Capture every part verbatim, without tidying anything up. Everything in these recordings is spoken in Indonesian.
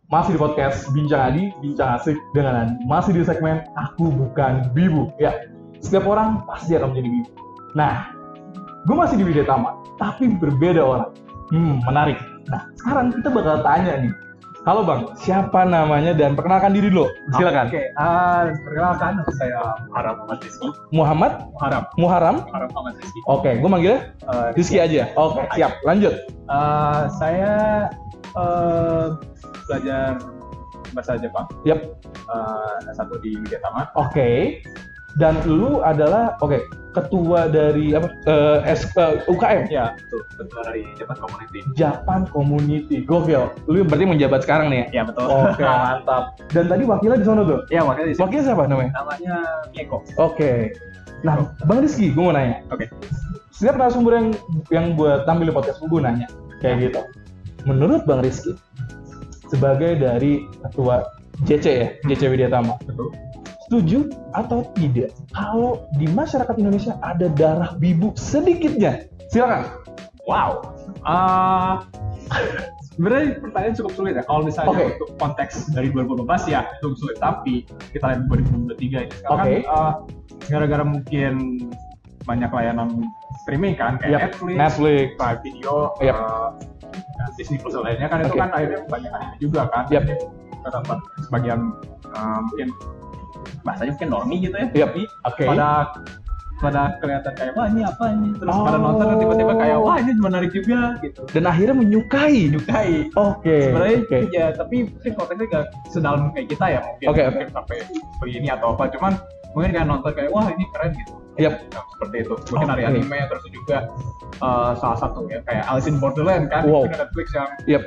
Masih di podcast Bincang Adi, Bincang Asik dengan masih di segmen Aku Bukan Bibu. Ya, setiap orang pasti akan menjadi bibu. Nah, gue masih di Widya Tama, tapi berbeda orang. Hmm, menarik. Nah, sekarang kita bakal tanya nih. Halo Bang, siapa namanya dan perkenalkan diri dulu. Silakan. Oke, uh, perkenalkan saya Muharram Muhammad Rizky. Muhammad? Muharram. Muharram? Muharram Muhammad Rizky. Oke, gue manggilnya Uh, Rizky aja. Oke, siap. Lanjut. Uh, saya uh, belajar bahasa Jepang. Yap. Uh, satu di Widya Tama. Oke. Dan lu adalah oke ketua dari apa? Uh, S, uh, U K M. Ya, betul. Ketua dari Japan Community. Japan Community. Gokil. Lu berarti menjabat sekarang nih ya? Ya, betul. Oke, mantap. Dan tadi wakilnya di sana tuh. Ya, makanya di sini. Wakilnya siapa namanya? Namanya Mieko. Oke. Nah, Bang Rizky, gue mau nanya. Oke. Setiap narasumber yang yang gue tampil di podcast gue nanya kayak gitu. Menurut Bang Rizky, sebagai dari ketua J C ya, J C Widya Tama, Betul. setuju atau tidak kalau di masyarakat Indonesia ada darah bibu sedikitnya? Silakan. Wow. Uh, sebenarnya pertanyaan cukup sulit ya. Kalau misalnya Oke. untuk konteks dari dua ribu dua belas ya itu sulit. Tapi kita lihat dua ribu dua puluh tiga ini sekarang Oke. kan uh, gara-gara mungkin banyak layanan streaming kan kayak Yap, Netflix, Netflix. Prime Video, Yap. uh, dan Disney Plus dan lainnya kan itu Oke. kan akhirnya banyak anime juga kan. Yap. Terdapat sebagian uh, mungkin bahasanya mungkin normie gitu ya. Yap. Tapi Oke. pada pada kelihatan kayak wah ini apa ini terus Oh. pada nonton dan tiba-tiba kayak wah ini menarik juga gitu. Dan akhirnya menyukai. Menyukai. Oke. Sebenarnya Oke. ya tapi mungkin konteksnya gak sedalam kayak kita ya mungkin Oke, mungkin sampai begini atau apa cuman mungkin kayak nonton kayak wah ini keren gitu. Yap. Nah, seperti itu. Mungkin dari Oke. anime terus juga uh, salah satu ya kayak Alice in Borderland kan Wow. itu Netflix yang Yap.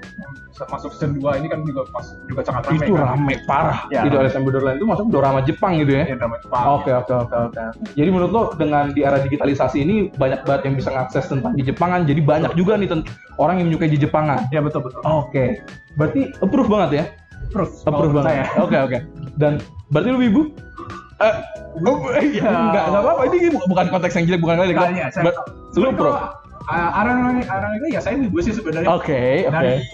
masuk season dua ini kan juga mas, juga sangat ramai Itu kan. rame parah. Ya, Itu rame. Alice in Borderland itu masuk drama Jepang gitu ya. Ya, drama Jepang. Oke oke oke oke. Jadi menurut lo dengan di era digitalisasi ini banyak banget yang bisa ngakses tentang di Jepangan. Jadi banyak juga nih tent- orang yang menyukai di Jepangan. Ya betul betul. Oke. Berarti approve banget ya? Terus Approve kalau banget. saya Oke oke. Dan berarti lu ibu? Eh, oh, iya, Ya. enggak enggak apa-apa. Ini bu- bukan konteks yang jelek, bukan kali. Nah, iya, saya- Ber- Lu pro. Arang arang itu ya saya ibu sih sebenarnya. Oke oke. Dari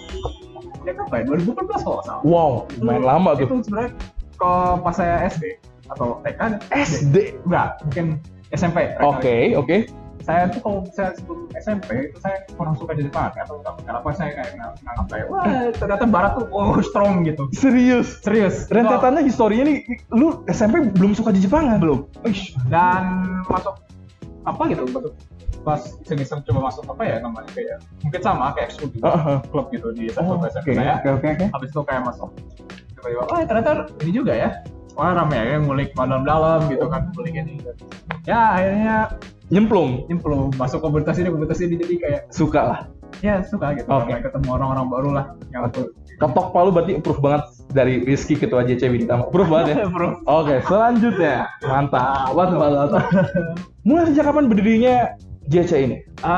ya kapan ya? dua ribu empat belas kalau nggak salah. Wow, main lama tuh. Itu sebenarnya kalau pas saya S D atau T K S D. enggak mungkin S M P. Oke oke. Saya tuh kalau saya sebelum S M P itu saya kurang suka di Jepang atau kenapa saya kayak ngang- nganggap kayak wah ternyata Barat tuh oh strong gitu. Serius. Serius. Rentetannya historinya nih, lu S M P belum suka di Jepangan? Belum. Ish. Dan masuk apa gitu masuk pas iseng-iseng coba masuk apa ya namanya kayak mungkin sama kayak ekskul juga Uh-huh. klub gitu di S M P Oh, S M P oke saya. oke oke oke. Habis itu kayak masuk tiba-tiba oh ternyata ini juga ya wah rame ya ngulik dalam-dalam gitu kan ngulik ini ya akhirnya Nyemplung. nyemplung masuk komunitas ini komunitas ini jadi kayak Suka lah. ya suka gitu Oke. kayak ketemu orang-orang baru lah yang aku Ketok palu berarti approve banget dari Rizky ketua J C Widya Tama. Approve banget ya. bro Oke, selanjutnya. Mantap. Mantap, mantap. Mulai sejak kapan berdirinya J C ini?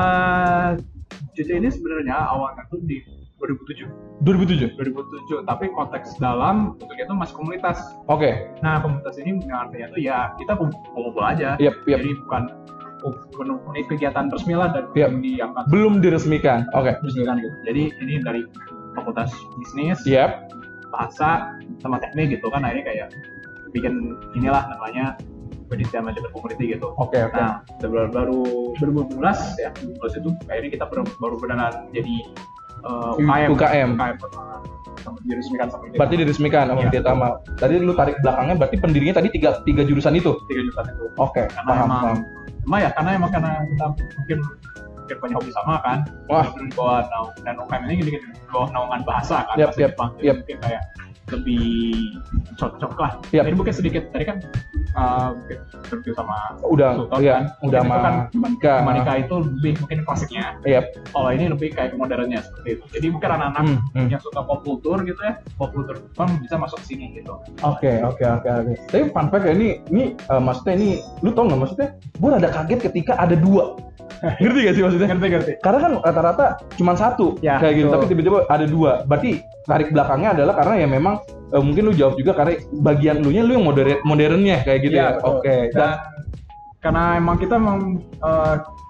uh, C C ini sebenarnya awalnya tuh di dua ribu tujuh dua ribu tujuh. dua ribu tujuh tapi konteks dalam bentuknya itu masih komunitas. Oke. Nah komunitas ini yang artinya tuh ya kita kumpul-kumpul aja. Yap, yap. Jadi bukan bukan unit kegiatan resmi lah dan Yap. belum diangkat Belum diresmikan. Oke. resmi kan gitu. Jadi ini dari fakultas bisnis, Yap. bahasa sama teknik gitu kan akhirnya kayak bikin inilah namanya Widya Manajemen Community gitu. Oke, oke. Nah baru baru dua ribu dua belas ya dua ribu dua belas itu akhirnya kita baru, baru beneran jadi uh, U K M. U K M. U K M pertama. Sama diresmikan sama Widya Berarti Tama. diresmikan sama Iya. Widya Tama. Tadi lu tarik belakangnya berarti pendirinya tadi tiga, tiga jurusan itu. tiga juta itu. Oke, Karena paham, emang paham. emang ya karena emang karena kita mungkin mungkin punya hobi sama kan. Wah. Di bawah naung dan U K M ini gini di bawah naungan bahasa kan. Yap, bahasa yap, Jepang. Jadi yap. mungkin kayak lebih cocok lah. Yap. Jadi mungkin sedikit tadi kan uh, mungkin interview sama Udah, Sultan iya, kan. udah Mungkin itu sama kan Monica. Monica itu lebih mungkin klasiknya. Yap. Kalau ini lebih kayak modernnya seperti itu. Jadi mungkin anak-anak Hmm, hmm. yang suka pop culture gitu ya, pop culture Jepang bisa masuk ke sini gitu. Oke, oke, oke, oke. Tapi fun fact ya, ini, ini uh, maksudnya ini, lu tau nggak maksudnya? Gue rada kaget ketika ada dua. Ngerti gak sih maksudnya? Ngerti-ngerti. Karena kan rata-rata cuma satu Ya, kayak gitu, betul. tapi tiba-tiba ada dua. Berarti tarik belakangnya adalah karena ya memang uh, mungkin lu jawab juga karena bagian lu nya lu yang modern modernnya kayak gitu ya. Iya, betul. Oke. Dan karena emang kita emang uh,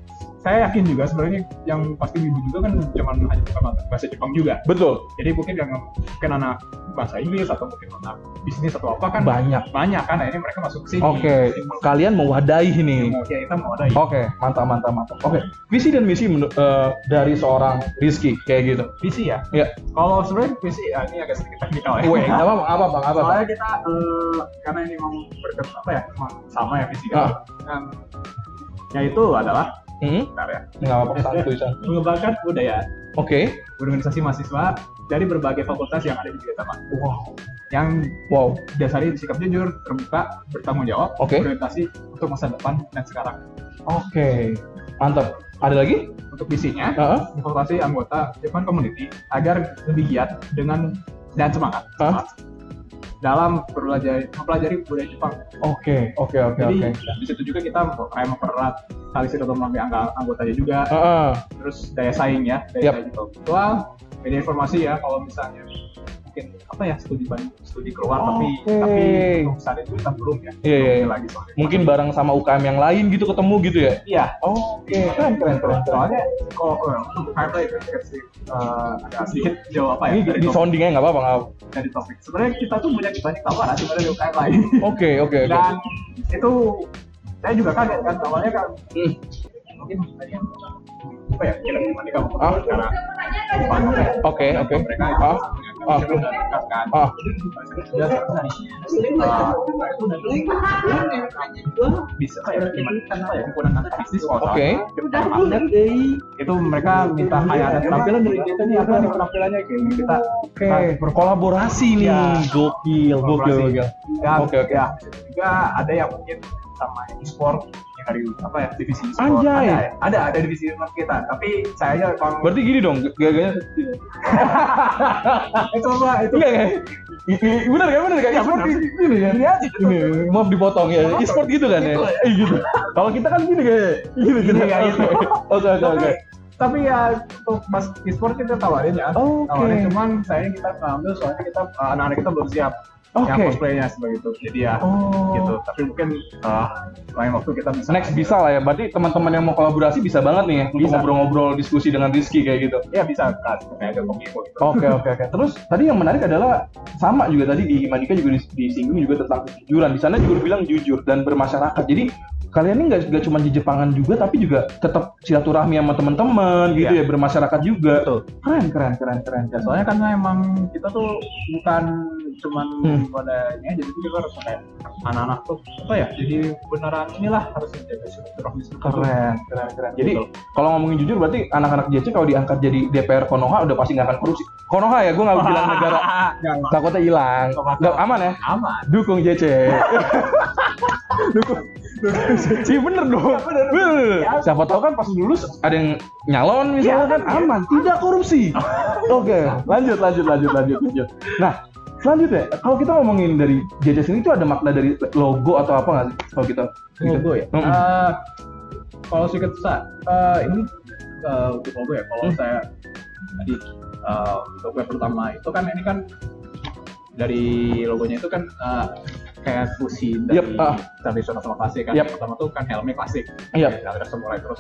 saya yakin juga sebenarnya yang pasti wibu juga kan cuma hanya bukan bahasa Jepang juga. Betul. Jadi mungkin yang mungkin anak bahasa Inggris atau mungkin anak bisnis atau apa kan Banyak. banyak kan. Nah, ini mereka masuk ke sini. Oke, kalian mewadahi nih. Mau ya kita mau ada. Oke, mantap, mantap, mantap. Oke, visi dan misi menu- eh, dari seorang Rizky kayak gitu. Visi ya. Ya. Kalau sebenarnya visi ya, ini agak sedikit teknikal ya. Weh, nggak apa-apa, nggak apa-apa, nggak apa-apa. Soalnya kita eh, karena ini memang berkat apa ya, memang sama ya visi Ah. kan. Dan yaitu adalah Hmm? bentar ya, Nggak apa-apa, santuy, santuy. mengembangkan budaya Oke. organisasi mahasiswa dari berbagai fakultas yang ada di Bidetama. Wow. Yang Wow. dasari sikap jujur, terbuka, bertanggung jawab, Oke. berorientasi untuk masa depan dan sekarang. Oke. Mantap. Ada lagi? Untuk visinya, Heeh. evaluasi anggota Jepang Community agar lebih giat dengan dan semangat Hah? dalam belajar mempelajari budaya Jepang. Oke, oke, oke, Jadi oke. di situ juga kita kayak mempererat tali silaturahmi angga- anggotanya juga, Heeh. terus daya saing ya, daya Yap. saing intelektual, media informasi ya kalau misalnya mungkin apa ya studi banding studi keluar tapi Oke. tapi untuk saat itu kita belum ya. Iya, iya, iya. Belum lagi soalnya. Mungkin bareng sama U K M yang lain gitu ketemu gitu ya? Iya. Oke, keren, keren, keren. Soalnya kalau eh, untuk highlight sedikit sih eh, agak sedikit jauh apa ya Ini dari di topik, soundingnya nggak apa-apa, nggak apa-apa. dari topik. Sebenarnya kita tuh banyak banyak tawaran sebenarnya U K M lain. Oke, oke, oke. Dan itu saya juga kaget kan awalnya kan Hmm. mungkin tadi apa ya kira gimana kamu Ah. karena Jepang apa ya? Oke, oke. Mereka Ah. Ah. ah. sudah dekat kan. Ah. Sudah dari ah, itu dari bisa kayak gimana kan apa ya menggunakan bisnis kalau Oke. itu mereka minta kayak ada tampilan dari kita nih apa nih penampilannya kayak gitu. kita Oke, berkolaborasi nih. Ya. Gokil, gokil, gokil. dan Oke, oke. ya juga ada yang mungkin sama e-sport yang dari apa ya divisi e-sport Anjay. ada ada ada divisi e-sport kita tapi saya aja kalau Berarti gini dong, gaganya itu apa itu enggak kan? I- i- Bener kan, bener kan? Iya, E-sport bener. gini kan? Ini aja, Ini, maaf dipotong ya. E-sport gitu kan ya? Gitu ya. Eh gitu. Kalau kita kan gini kayak gini gitu. Gini, kayak gitu. Oke, oke, oke. tapi tapi ya untuk pas e-sport kita tawarin ya Oke. tawarin cuman saya kita nggak ambil soalnya kita uh, anak-anak kita belum siap Oke. yang cosplaynya sebagai itu jadi ya Oh. gitu tapi mungkin uh, lain waktu kita bisa Next bisa lah ya. Berarti teman-teman yang mau kolaborasi bisa banget nih ya untuk Bisa. ngobrol-ngobrol diskusi dengan Rizky kayak gitu. ya bisa kan kayak ada kominfo gitu Oke, oke, oke. Terus tadi yang menarik adalah sama juga tadi di Himanika juga dis- disinggung juga tentang kejujuran. Di sana juga bilang jujur dan bermasyarakat. Jadi kalian ini nggak nggak cuma di Jepangan juga, tapi juga tetap silaturahmi sama teman-teman gitu Iya. ya, bermasyarakat juga. Betul. Keren, keren, keren, keren. ya soalnya kan emang kita tuh bukan cuman Hmm. pada ini aja jadi kita harus kayak anak-anak tuh apa ya jadi beneran inilah harus menjaga silaturahmi seperti itu. Keren, keren, keren. Jadi Betul. kalau ngomongin jujur berarti anak-anak J C kalau diangkat jadi D P R Konoha udah pasti nggak akan korupsi. Konoha ya, gue nggak bilang negara. Nggak, nggak. Takutnya hilang. Nggak Nggak aman ya? aman Dukung J C. Dukung. Iya bener dong. bener. Bener. Siapa tahu kan pas lulus ada yang nyalon misalnya Iya, kan aman, tidak korupsi. Oke, lanjut, lanjut, lanjut, lanjut, lanjut. Nah, selanjutnya kalau kita ngomongin dari J C sini itu ada makna dari logo atau apa nggak sih kalau kita? logo ya. Mm-mm. Eh, kalau singkat sa, eh, ini eh, untuk logo ya. Kalau Hmm. saya tadi eh, logo yang pertama itu kan ini kan dari logonya itu kan eh, kayak fusi dari Yep, ah. tradisional sama klasik kan. Yep. Yang pertama tuh kan helmnya klasik. Yep. Ya, ada samurai terus.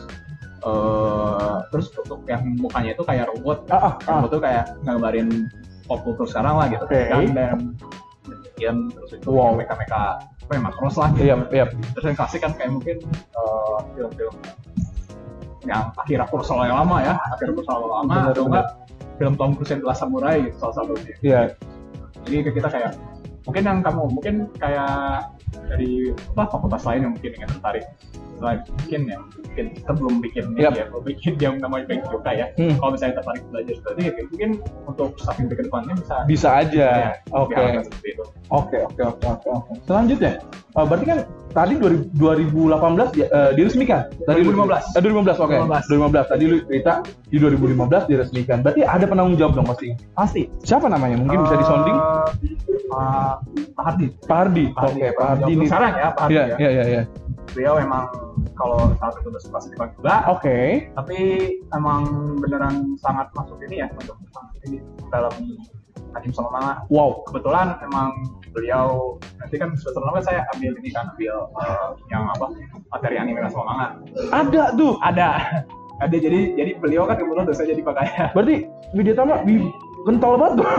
eh terus untuk yang mukanya itu kayak robot. Ah, ah, ah. Robot tuh kayak nggambarin pop culture sekarang lah gitu. Oke. Gundam, Gen, terus itu Wow. mereka-mereka apa ya Macross lah gitu. Iya, iya. Terus yang klasik kan kayak mungkin eh, film-film yang Akira Kurosawa yang lama ya, Akira Kurosawa lama Benar, atau benar. enggak film Tom Cruise yang The Last Samurai gitu, salah satunya. Iya. Jadi ke kita kayak mungkin yang kamu mungkin kayak dari apa fakultas lain yang mungkin ingin tertarik selain mungkin ya mungkin kita belum bikin ini Yap. ya belum bikin yang namanya Bank Joka ya. Hmm. Kalau misalnya tertarik belajar seperti itu mungkin untuk staffing ke depannya bisa Bisa aja. ya, Oke. diarahkan seperti itu. Oke, oke, oke, oke, oke. Selanjutnya, eh, berarti kan tadi dua ribu delapan belas ya, eh, diresmikan. Tadi dua ribu lima belas. Eh, dua ribu lima belas, oke. dua ribu lima belas. dua ribu lima belas. Tadi lu cerita di dua ribu lima belas diresmikan. Berarti ada penanggung jawab dong pasti. Pasti. Siapa namanya? Mungkin bisa disounding. Pak Pak Hardi. Pak Hardi. Oke, Pak Hardi ini. Sekarang ya Pak Hardi Iya, ya. iya, iya, iya. Beliau emang kalau saat itu bersekolah di Jepang juga, Oke. tapi emang beneran sangat masuk ini ya untuk ini dalam anime sama manga. Wow. Kebetulan emang beliau nanti kan semester enam kan saya ambil ini kan ambil uh, yang apa materi anime sama manga. Ada tuh. Ada. Ada jadi jadi beliau kan kebetulan dosen jadi makanya. Berarti Widyatama wih, kental banget tuh.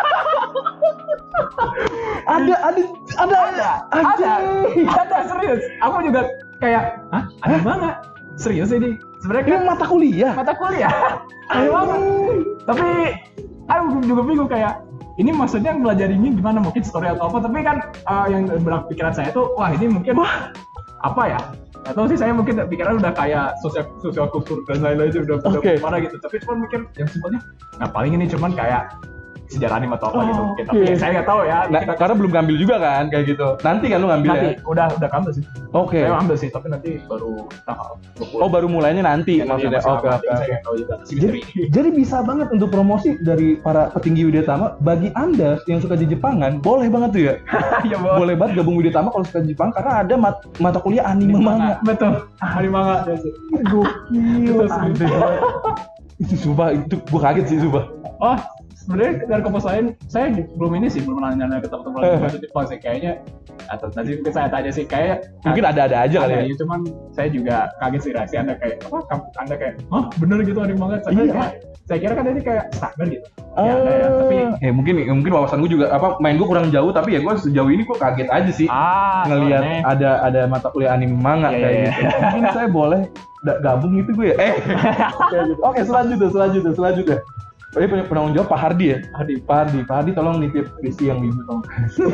ada ada ada Ada, ada, ada serius. Aku juga kayak, hah, ada manga? Serius ini? Sebenarnya Ini kan mata kuliah. mata kuliah, ada banget. Tapi aku juga bingung kayak, ini maksudnya belajar ini gimana? Mungkin story atau apa? Tapi kan uh, yang berpikiran saya tuh, wah ini mungkin apa ya? Atau sih saya mungkin pikiran udah kayak sosial sosial kultur dan lain-lain udah udah Oke. gimana gitu. Tapi cuma mikir yang simpelnya, nah paling ini cuman kayak sejarah anime atau apa gitu Oh, mungkin. oke. Tapi ya, saya nggak tahu ya. Nah, Kita- karena belum ngambil juga kan kayak gitu. Nanti kan lu ngambil nanti ya. udah udah ambil sih. Oke. Saya ambil sih, tapi nanti baru tanggal dua puluh. Oh, baru mulainya nanti Ya, maksudnya. masih Oke, lama, oke, jadi saya oke. nggak tahu juga. Masih Jadi, misteri. jadi bisa banget untuk promosi dari para petinggi Widyatama. Bagi Anda yang suka di Jepangan, boleh banget tuh ya. Ya boleh. Boleh banget gabung Widyatama kalau suka Jepang karena ada mat- mata kuliah anime manga. Betul. Anime manga. Gokil. Itu Aneh banget. Itu sumpah, itu gua kaget sih sumpah. Oh, sebenarnya dari kampus lain saya belum ini sih belum nanya-nanya ke teman-teman Eh. lagi di Jepang sih kayaknya. Atau nanti mungkin saya tanya sih kayak Mungkin ada-ada aja kali ya. ada, cuman saya juga kaget sih reaksi Anda kayak apa? Kamu- Anda kayak, "Hah, bener gitu anime manga?" Saya, Iya. kayak, saya kira kan ini kayak standar gitu. Ya, ada ya, tapi eh mungkin mungkin wawasan gue juga apa main gue kurang jauh tapi ya gue sejauh ini gue kaget aja sih ah, ngelihat aneh. ada ada mata kuliah anime manga Iya, kayak iya, gitu. Mungkin saya boleh da- gabung gitu gue ya. Eh. Kayak gitu. Oke, selanjutnya selanjutnya selanjutnya. Ini punya penanggung jawab Pak Hardi ya. Hadi. Pak Hardi, Pak Hardi tolong nitip Rizky yang ibu tolong.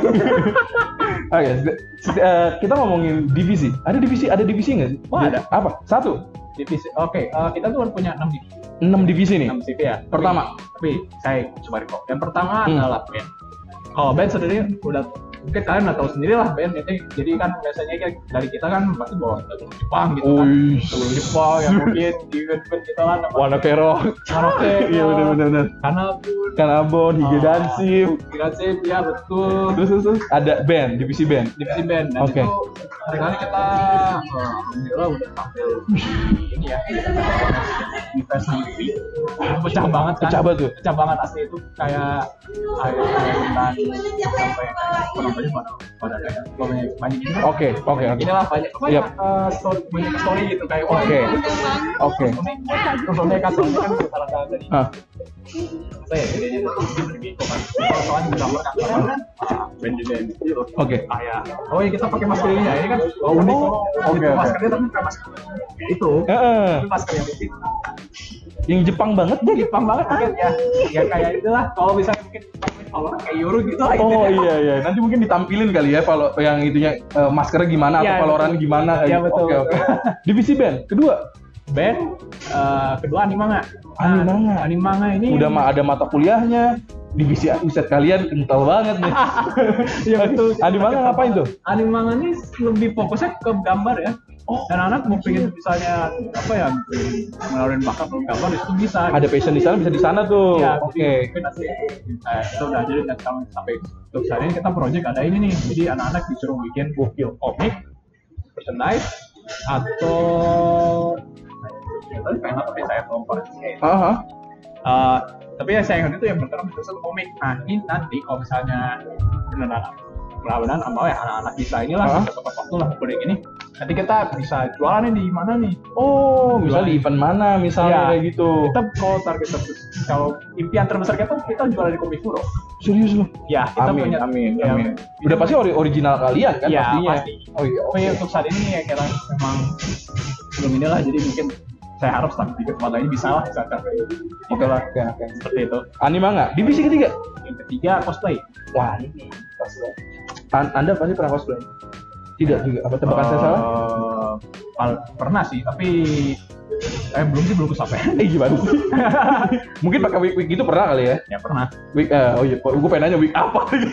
Oke, se- se- eh, kita ngomongin divisi. Ada divisi, ada divisi nggak sih? Oh, ada. Apa? Satu. divisi. Oke, eh, kita tuh punya enam divisi. Enam divisi nih. enam C V ya. Pertama. Tapi, tapi saya coba recall. Yang pertama Hmm. adalah band. Kalau band sendiri udah mungkin kalian udah tahu sendiri lah band itu. Jadi kan biasanya kan dari kita kan pasti bawa lagu Jepang gitu kan. Wih. Lagu Jepang yang mungkin di event kita lah nama Warna Kero. karaoke. Iya benar benar benar. Karena pun Kanabon, Hige Ah. Dansim. kira sih ya betul. Terus, terus terus ada band, divisi band. Divisi band dan Oke. itu hari-hari kita eh, alhamdulillah udah tampil ini ya di fest sendiri pecah banget kan Pecah banget tuh. pecah banget asli itu kayak kayak kayak tentang sampai penontonnya pada pada kayak banyak banyak ini Oke, oke, oke. inilah banyak apa Yap. ya eh, story banyak story gitu kayak wah, Oke. ini gitu. Oke. terus soalnya kan soalnya kan salah satu dari Ah. saya jadi jadi kan soalnya digambar kan band juga yang gitu Oke. kayak oh ya kita pakai masker ini ya ini kan oh unik Oh, oh, oke, gitu. oke. Maskernya tapi bukan masker itu Heeh. tapi masker yang itu Yang Jepang banget deh. Jepang banget mungkin ya ya kayak itulah kalau misalnya mungkin kalau kayak Euro gitu lah Oh intinya. iya iya, nanti mungkin ditampilin kali ya kalau yang itunya eh, maskernya gimana Iya, atau Valorant betul. gimana kayak Iya, gitu. betul, Oke oke. betul. Divisi band kedua band eh, kedua anime manga Anime manga. anime manga ini udah mah ada mata kuliahnya. Divisi uset kalian kental banget nih. ya betul Anime manga ngapain tuh? anime manga ini lebih fokusnya ke gambar ya. Oh. Dan anak mau pengen misalnya apa ya ngeluarin bakat dalam gambar itu bisa. Ada passion di sana bisa di sana tuh. Iya, Oke. jadi mungkin nanti eh, kita udah jadi dan sekarang sampai untuk saat ini kita project ada ini nih. Jadi anak-anak disuruh bikin gokil komik, merchandise atau tadi kayak apa saya lompat. Aha. Uh, tapi ya saya ingat itu yang berterang itu komik. Nah ini nanti kalau misalnya beneran benar-benar sama ya anak-anak bisa inilah Hah? bisa tepat waktu lah project ini. Nanti kita bisa jualan nih di mana nih? Oh, misalnya di event mana misalnya Iya. kayak gitu. Kita kalau target terbesar, kalau impian terbesar kita kita jualan di Komik Furo. Serius loh. Ya kita Amin, punya amin, ya, amin. Udah pasti ori- original kalian kan Iya, pastinya. pasti. Oh iya. Tapi untuk saat ini ya kita memang belum inilah jadi mungkin saya harap sampai tiga tempat ini bisa lah misalkan Oke itulah Oke oke. seperti itu. Anime manga. Divisi ketiga. Yang ketiga cosplay. Wah, ini cosplay. An- Anda pasti pernah cosplay? Tidak juga. Apa tebakan saya salah? Eh, pal- pernah sih tapi eh belum sih belum kesampaian. Eh gimana sih? Mungkin pakai wig wig gitu pernah kali ya? Ya pernah. Wig eh, oh iya, gue pengen nanya wig apa lagi?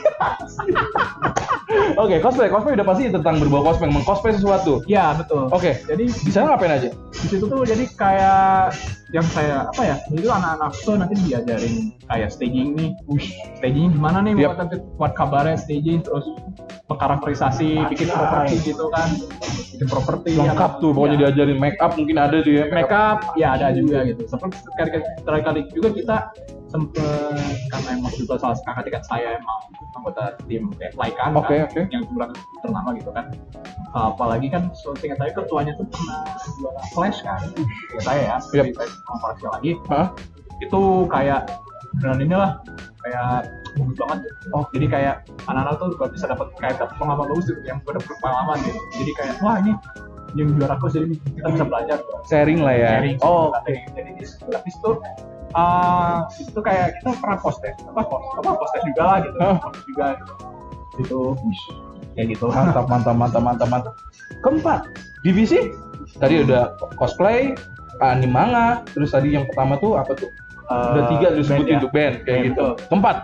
Oke, cosplay. Cosplay udah pasti tentang berbau cosplay, mengcosplay sesuatu. Ya betul. Oke. Jadi Di sana ngapain aja? di situ tuh jadi kayak yang saya apa ya itu anak-anak tuh nanti diajarin kayak staging nih Ush, staging gimana nih Yap. buat buat kabarnya staging terus pengkarakterisasi bikin properti gitu kan bikin properti Lengkap tuh, pokoknya ya. diajarin make up mungkin ada tuh ya. Make up ya ada juga gitu seperti kali-kali juga kita sempet karena emang juga salah kakak tingkat saya emang anggota tim Laikan Oke, kan, oke. yang kurang ternama gitu kan. Apalagi kan seingat saya ketuanya tuh pernah juara Flash kan, seingat saya ya, Yep. jadi saya mau koleksi lagi. Hah? Itu kayak beneran inilah kayak bagus banget. Oh jadi kayak anak-anak tuh juga bisa dapat kayak dapat pengalaman bagus gitu, yang udah berpengalaman gitu. Jadi kayak wah ini yang juara Flash jadi kita bisa belajar. Sharing lah ya. Sharing, Oh, jadi jadi di habis itu uh, itu kayak kita pernah post test apa post apa post test juga lah gitu, Huh? post juga gitu kayak gitu. mantap, mantap, mantap, mantap, mantap. Keempat, divisi. Tadi udah cosplay, anime manga, terus tadi yang pertama tuh apa tuh? Uh, Udah tiga band disebutin ya. untuk band kayak Band, gitu. betul. Keempat.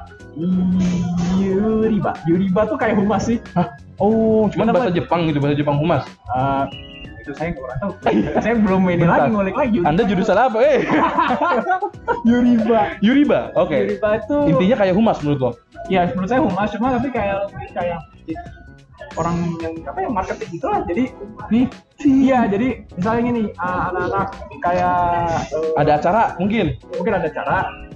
Yuriba, Yuriba tuh kayak humas sih. Hah? Oh, cuman Kenapa? bahasa Jepang gitu, bahasa Jepang humas. Uh, itu saya nggak pernah tahu. Saya belum ini Bentar. lagi ngulik lagi. Anda jurusan apa? Eh, Yuriba. Yuriba. Oke. Yuriba itu Intinya kayak humas menurut lo? ya menurut saya humas cuma tapi kayak lebih kayak orang yang apa ya marketing gitu lah. Jadi nih iya jadi misalnya gini uh, anak-anak kayak uh, Ada acara mungkin. mungkin ada cara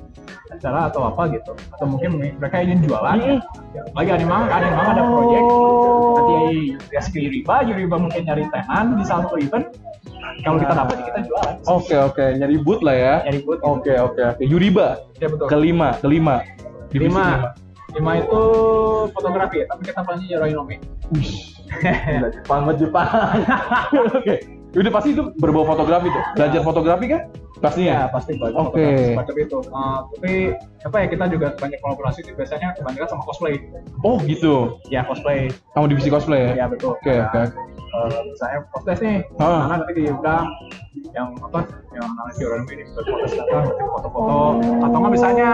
acara atau apa gitu atau mungkin mereka ingin jualan Mm-mm. lagi ada mang ada mang ada proyek nanti ya ke Yuriba Yuriba mungkin nyari tenan di salah satu event kalau kita dapat ya kita jualan. Oke, oke, nyari boot lah ya. Nyari boot gitu. Oke, oke, oke. Yuriba. Ya betul. Kelima, kelima. Divisi Lima. Lima itu fotografi ya, tapi kita paling Yorinomi. Wih, gila, Jepang banget Jepang. Oke, udah pasti itu berbau fotografi tuh. Belajar fotografi kan? Pastinya. Ya pasti banyak Oke. fotografi semacam itu. Uh, tapi apa ya kita juga banyak kolaborasi itu biasanya kebanyakan sama cosplay. Oh gitu. Ya cosplay. Kamu divisi cosplay ya? Ya betul. Oke, oke. Uh, misalnya podcast nih, Ah. anak nanti diundang yang apa, yang anak Yorinomi ini buat podcast datang, nanti foto-foto, atau nggak misalnya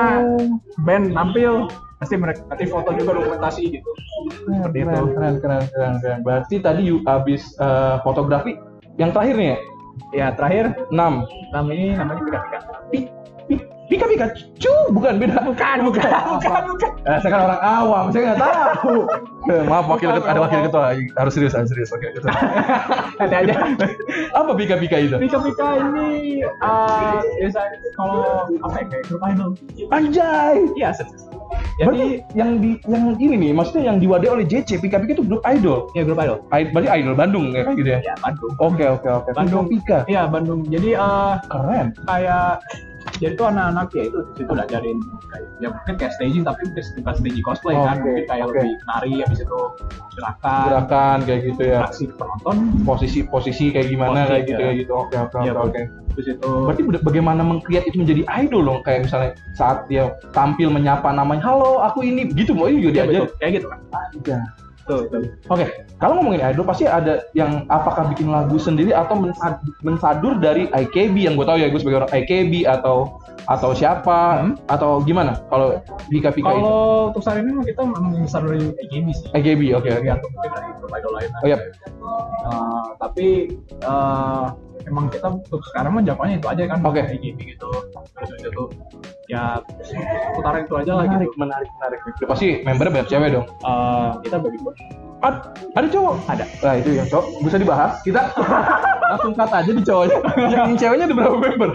band tampil, pasti mereka nanti foto juga dokumentasi gitu. Seperti itu. Keren, keren, keren, keren, keren. Berarti tadi you habis eh, fotografi. Yang terakhir nih ya? Ya terakhir, enam. nama ini namanya Pika-Pika. Pi- pi- Pika Pika cu bukan beda. Bukan, bukan, bukan, bukan. Eh, saya kan orang awam, saya nggak tahu. Eh, Maaf wakil ketua, ada wakil ketua harus serius, harus serius wakil ketua. Ada aja. Apa Pika Pika itu? Pika-Pika ini uh, biasanya kalau apa ya kayak grup idol. Anjay. Iya, serius. Jadi Jadi yang di yang ini nih, maksudnya yang diwadai oleh J C, Pika Pika itu grup idol. ya grup idol. I- Berarti idol Bandung ya gitu ya? Ya Bandung. Oke, oke, oke. Bandung. Pika. Iya Bandung. Jadi uh, Keren. kayak jadi tuh anak-anak ya itu di situ belajarin kayak ya mungkin kayak staging tapi bukan bukan staging cosplay kan Oke, mungkin kayak oke. lebih nari habis itu gerakan Gerakan kayak gitu ya. atraksi penonton Posisi-posisi kayak gimana Posisi, kayak gitu ya. kayak gitu. Oke, oke, Iya, oke, oke. terus itu Berarti beda- bagaimana mengcreate itu menjadi idol dong? Kayak misalnya saat dia tampil menyapa namanya, halo aku ini, gitu mau juga ya, diajar. betul. Kayak gitu kan Iya. betul, betul. Oke, kalau ngomongin idol pasti ada yang apakah bikin lagu sendiri atau mensad- mensadur dari I K B yang gue tahu ya, gue sebagai orang I K B atau atau siapa Hmm. atau gimana kalau Pika Pika itu? Kalau untuk saat ini kita memang besar dari A K B sih I K B, oke oke. atau mungkin dari grup idol lain Oh iya, Uh, tapi uh, emang kita untuk sekarang mah jawabnya itu aja kan Oke. A K B gitu terus itu ya putaran itu aja lah menarik, gitu. menarik, menarik. Udah pasti membernya banyak cewek dong. Uh, kita bagi buat Ad- ada cowok? ada Nah itu yang cowok, bisa dibahas. Kita langsung cut aja di cowoknya. Yang, yang ceweknya ada berapa member?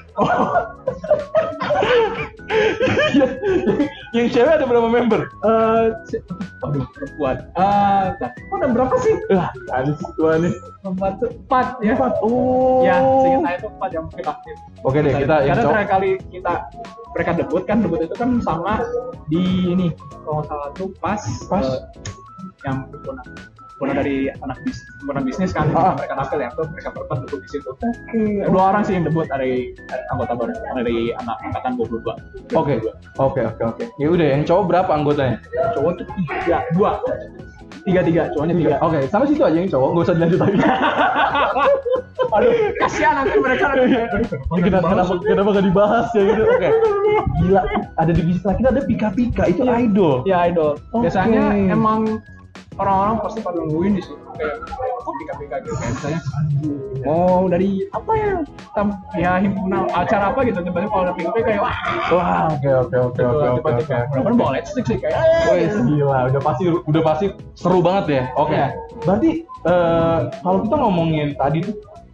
yang, yang cewek ada berapa member? uh, si- waduh perempuan uh, nah, oh, ada berapa sih Lah, ada sih tua nih. empat tuh empat ya Empat. Oh. ya seingat saya itu empat yang mungkin aktif. Oke deh, kita yang karena cowok. terakhir kali kita mereka debut kan debut itu kan sama di ini kalau nggak salah tuh pas Pas. eh, yang pernah pernah dari anak bis pernah bisnis kan Ah. mereka tampil ya tuh mereka berempat debut di situ. Oke. Dua orang sih yang debut dari dari anggota baru dari anak angkatan dua puluh dua. Oke, oke, oke, oke. Ya udah, yang cowok berapa anggotanya? Cowok tuh tiga dua tiga tiga cowoknya tiga. Oke, sama situ aja yang cowok, nggak usah dilanjut lagi. Aduh kasihan nanti mereka nanti. Ini kenapa, kenapa, kenapa gak dibahas ya gitu? Oke. Gila, ada divisi terakhir ada Pika Pika, itu idol. Ya idol. Oke. Biasanya emang orang-orang pasti pada nungguin di situ kayak kok pika-pika gitu kayak misalnya oh dari apa ya tam, ya himpunan acara apa gitu tiba-tiba kalau ada pika-pika kayak wah Wah, oke, oke, oke, oke, oke. tiba-tiba bener-bener bawa lightstick sih kayak Wes gila, udah pasti udah pasti seru banget ya. Oke. Iya. Berarti eh, kalau kita ngomongin tadi tuh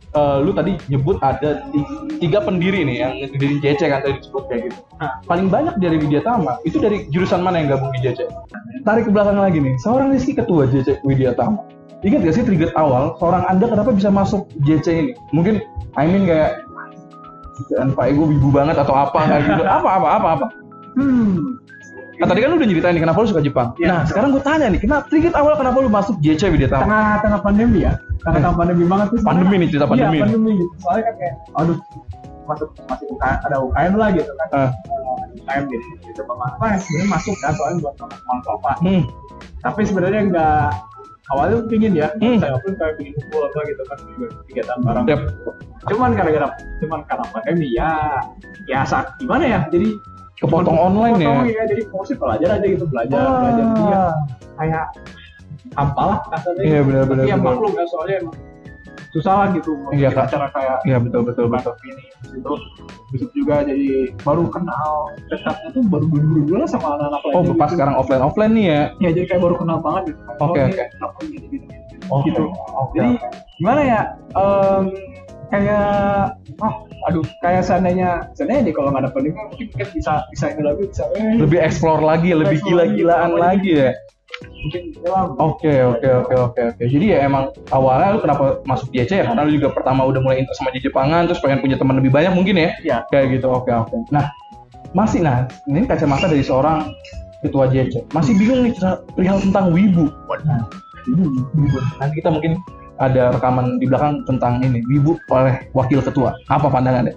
uh, lu tadi nyebut ada tiga pendiri nih yang ngediriin J C kan tadi disebut kayak gitu. Nah, paling banyak dari Widyatama itu dari jurusan mana yang gabung di J C? Tarik ke belakang lagi nih, seorang Rizky ketua J C Widyatama. Ingat gak sih trigger awal seorang Anda kenapa bisa masuk J C ini? Mungkin I mean kayak dan Pak Ego wibu banget atau apa kayak gitu. Apa apa apa apa. Hmm. Nah, tadi kan lu udah nyeritain nih kenapa lu suka Jepang. Ya. Nah, sekarang gue tanya nih, kenapa trigger awal kenapa lu masuk J C Widyatama? Tengah-tengah pandemi ya. Tengah-tengah pandemi banget tuh. Pandemi nih cerita pandemi. Iya, pandemi gitu. Soalnya kan kayak aduh masuk masih U K M, ada U K M lah gitu kan. Uh. U K M gitu. Gitu Bapak sebenarnya masuk kan soalnya buat teman-teman Bapak. Hmm. Tapi sebenarnya enggak awalnya pingin ya. Hmm. Saya pun kayak pingin kumpul apa gitu kan kegiatan bareng. Yep. Cuman gara-gara cuman karena pandemi ya ya saat gimana ya? Jadi kepotong online kepotong, ya. ya. Jadi fokus belajar aja gitu, belajar, oh. belajar dia kayak hampa lah kasarnya. Iya benar-benar. Iya maklum kan soalnya emang susah lah gitu. Iya kak. Acara kayak iya betul betul betul. Ini itu bisa juga jadi baru kenal dekatnya tuh baru dulu-dulu lah sama anak-anak lain. Oh pas gitu. Sekarang offline offline nih ya? Iya jadi kayak baru kenal banget gitu. Oke okay, oke. Okay. Gitu, gitu, gitu. Okay. Jadi gimana ya? Um, kayak oh aduh kayak seandainya seandainya deh kalau nggak ada pandemi mungkin mungkin bisa bisa ini lagi bisa eh, lebih explore lagi lebih gila-gilaan lagi ya mungkin ya oke oke oke oke oke jadi ya emang awalnya lu kenapa masuk J C ya karena lu juga pertama udah mulai interest sama Jepangan terus pengen punya teman lebih banyak mungkin ya, ya. Kayak gitu oke oke nah masih nah ini kacamata dari seorang ketua J C masih bingung nih perihal tentang wibu nah, wibu nanti kita mungkin ada rekaman di belakang tentang ini wibu oleh wakil ketua. Apa pandangannya?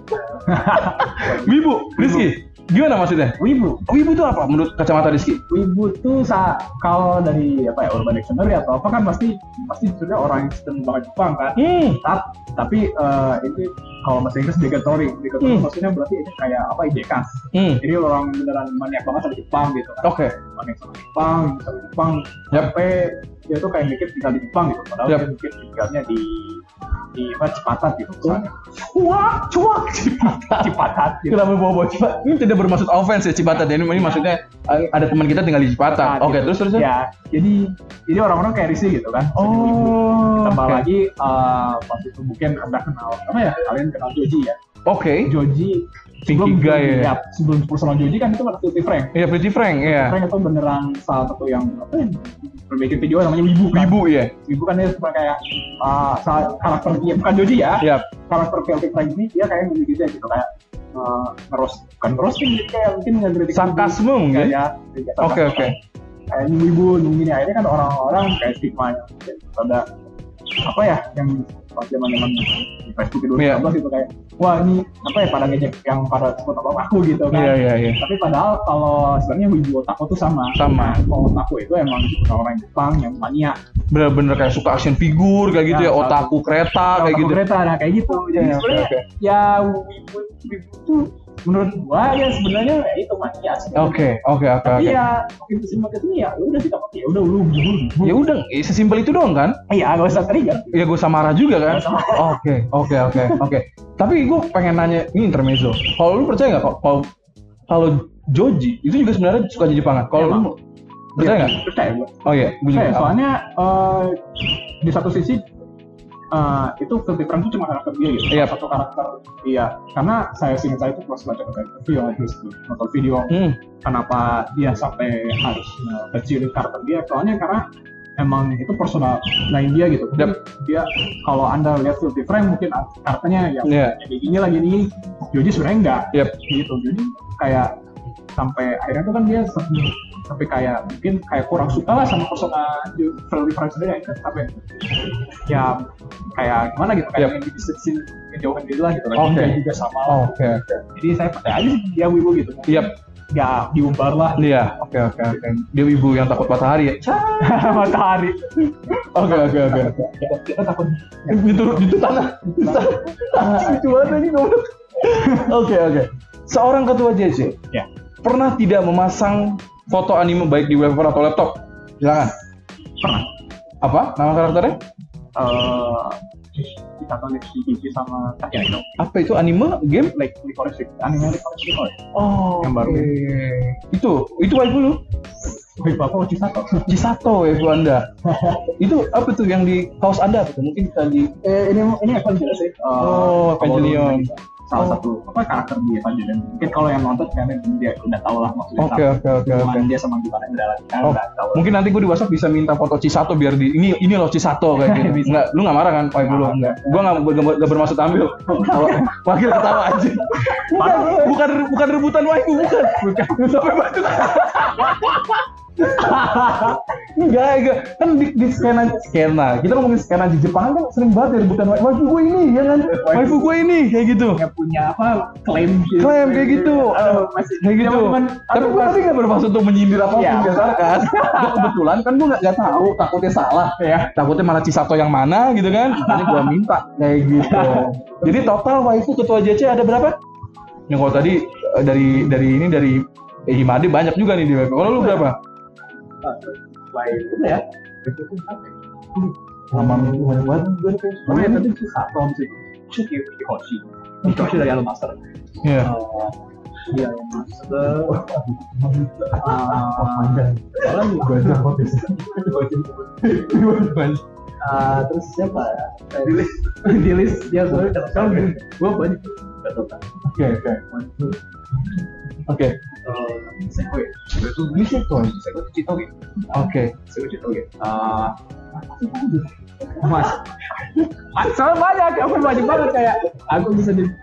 Wibu, Rizky, gimana maksudnya? Wibu, wibu itu apa menurut kacamata Rizky? Wibu itu sa kalau dari apa ya Urban Dictionary atau apa kan pasti pasti sudah orang yang sedang banget Jepang kan. Hmm. Ta- tapi uh, itu kalau bahasa Inggris bigatory, bigatory hmm. maksudnya berarti ini kayak apa I J K. Hmm. Jadi orang beneran maniak banget sama Jepang gitu kan. Oke. Okay. Maniak sama Jepang, sama Jepang. Yep. Sampai dia tuh kayak mikir tinggal di Jepang gitu. Padahal yep. dia mikir tinggalnya di di apa Cipatat gitu misalnya. Wah, cuak Cipatat. Cipatat. Gitu. Kenapa bawa-bawa Cipatat? Ini tidak bermaksud offense ya Cipatat. Ini, ini maksudnya ada teman kita tinggal di Cipatat. Oke, okay, gitu. terus terus. Ya, jadi jadi orang-orang kayak risih gitu kan. Oh. Tambah okay. lagi uh, waktu itu mungkin Anda kenal apa ya? Kalian kenal Joji ya? Oke. Okay. Joji. Pinky Guy ya. ya. Sebelum personal Joji kan itu kan Pretty Frank. Iya, Pretty Frank, iya. Frank itu beneran salah satu yang apa ya? Perbikin video namanya Wibu kan? Wibu ya. Wibu kan dia cuma kayak uh, karakter dia bukan Joji ya. Iya. Karakter Pretty Frank ini dia kayak gitu aja gitu kayak uh, ngeros bukan roasting gitu kayak mungkin ngeritik sarkasme mungkin. Ya. Oke oke. Kayak Wibu nungguin akhirnya kan orang-orang kayak stigma ada apa ya yang pas zaman-zaman di Facebook dua ribu sembilan belas yeah. itu kayak wah ini apa ya pada ngejek yang pada sebut apa aku gitu kan. Iya iya iya. Tapi padahal kalau sebenarnya wibu otaku tuh sama. Sama. Kalau otaku itu emang orang Jepang yang mania. Bener-bener kayak suka action figure kayak gitu ya, ya otaku kereta kayak otaku gitu. Kereta nah kayak gitu. Jadi yeah, sebenarnya okay, okay. ya wibu wibu tuh menurut gua ya sebenarnya ya itu mania sih. Oke oke oke oke. Iya begitu sih kesini ya udah sih tapi ya udah lu ya udah sesimpel itu doang kan? Iya gak usah trigger. Ya gak usah marah juga kan? Oke oke oke oke. Tapi gue pengen nanya ini intermezzo. Kalau lu percaya nggak kalau kalau Joji itu juga sebenarnya suka jadi Jepangan? Kalau lu percaya nggak? Percaya gue. Oh iya. Percaya soalnya uh, di satu sisi Uh, itu Filthy Frank itu cuma karakter dia gitu, yep. satu karakter dia. Karena saya singkat saya itu pas baca interview atau nonton video, hmm. kenapa dia sampai harus kecilin uh, karakter dia? Soalnya karena emang itu personal lain dia gitu. Yep. Dia kalau anda lihat Filthy Frank mungkin karakternya yang yeah. kayak gini lagi ini, Joji sebenarnya enggak. Yep. Gitu. Jadi kayak sampai akhirnya tuh kan dia sampai kayak mungkin kayak kurang suka lah sama persona Filthy Frank sendiri akhirnya sampai ya kayak gimana gitu kayak yep. yang dibisin ngejauhin diri lah gitu kan okay. juga sama oke okay, oke okay. Jadi saya percaya aja sih dia wibu gitu yep. ya diumbar lah iya oke oke oke dia wibu yang takut matahari ya matahari oke oke oke kita takut itu itu tanah itu tanah itu apa ini goblok oke oke seorang ketua J C ya pernah tidak memasang foto anime baik di wallpaper atau laptop? Silakan. Pernah. Apa nama karakternya? Uh, kita tahu Shigeki sama Takeya itu. Apa itu anime game? Like Licorice, anime Licorice Licorice. Oh, yang baru. Okay. Itu, itu waifu lu? Waifu apa? Chisato. Chisato waifu Anda. Itu apa tuh yang di kaos Anda? Apa tuh? Mungkin bisa di Eh, ini ini Evangelion sih. Oh, Evangelion. Salah Oh. satu apa karakter di Evangelion. Mungkin kalau yang nonton kan dia udah tahu lah maksudnya. Oke, oke, oke, Hubungan oke. dia sama gimana yang udah kan Oh, udah tahu. mungkin nanti gue di WhatsApp bisa minta foto Chisato biar di ini ini loh Chisato kayak gitu. Bisa. Enggak, lu nggak marah kan? Waifu lu enggak. Gua nggak nggak nggak bermaksud ambil. Wakil ketawa aja. Bukan, bukan bukan rebutan waifu, bukan. Bukan. Sampai batu. Enggak, enggak. Kan di, di skena skena. Kita ngomongin skena di Jepang kan sering banget ya rebutan waifu. Waifu gue ini, ya kan? Waifu gue ini kayak gitu. Nggak punya apa klaim gitu. Klaim kayak gitu. Aduh, masih Kayak gitu. Cuman, Tapi gue tadi nggak bermaksud untuk menyindir apa Iya. pun, biasa kan. Gua kebetulan kan gue nggak nggak tahu, takutnya salah ya. Takutnya malah Chisato yang mana gitu kan. Makanya gue minta kayak gitu. Jadi total waifu ketua J C ada berapa? Yang kalau tadi eh, dari dari ini dari eh, Himade banyak juga nih di waifu. Kalau lu berapa? baik itu ya. Itu pun apa? Lama banyak banget gue nih. Namanya tadi Chisato sih. Shuki Hoshi. Hoshi dari Yellow Master. Iya. Iya, Master. Panjang. Soalnya nih Gue aja kok bisa. Ah, terus siapa ya? Di list, di list ya soalnya kalau gue banyak nggak tahu kan. Oke oke. Oke. Seko ya. Itu Bisa tuh. Seko itu Chitoge. Oke. Seko Chitoge. Ah, Mas. Ah, soalnya banyak, aku banyak banget kayak aku bisa di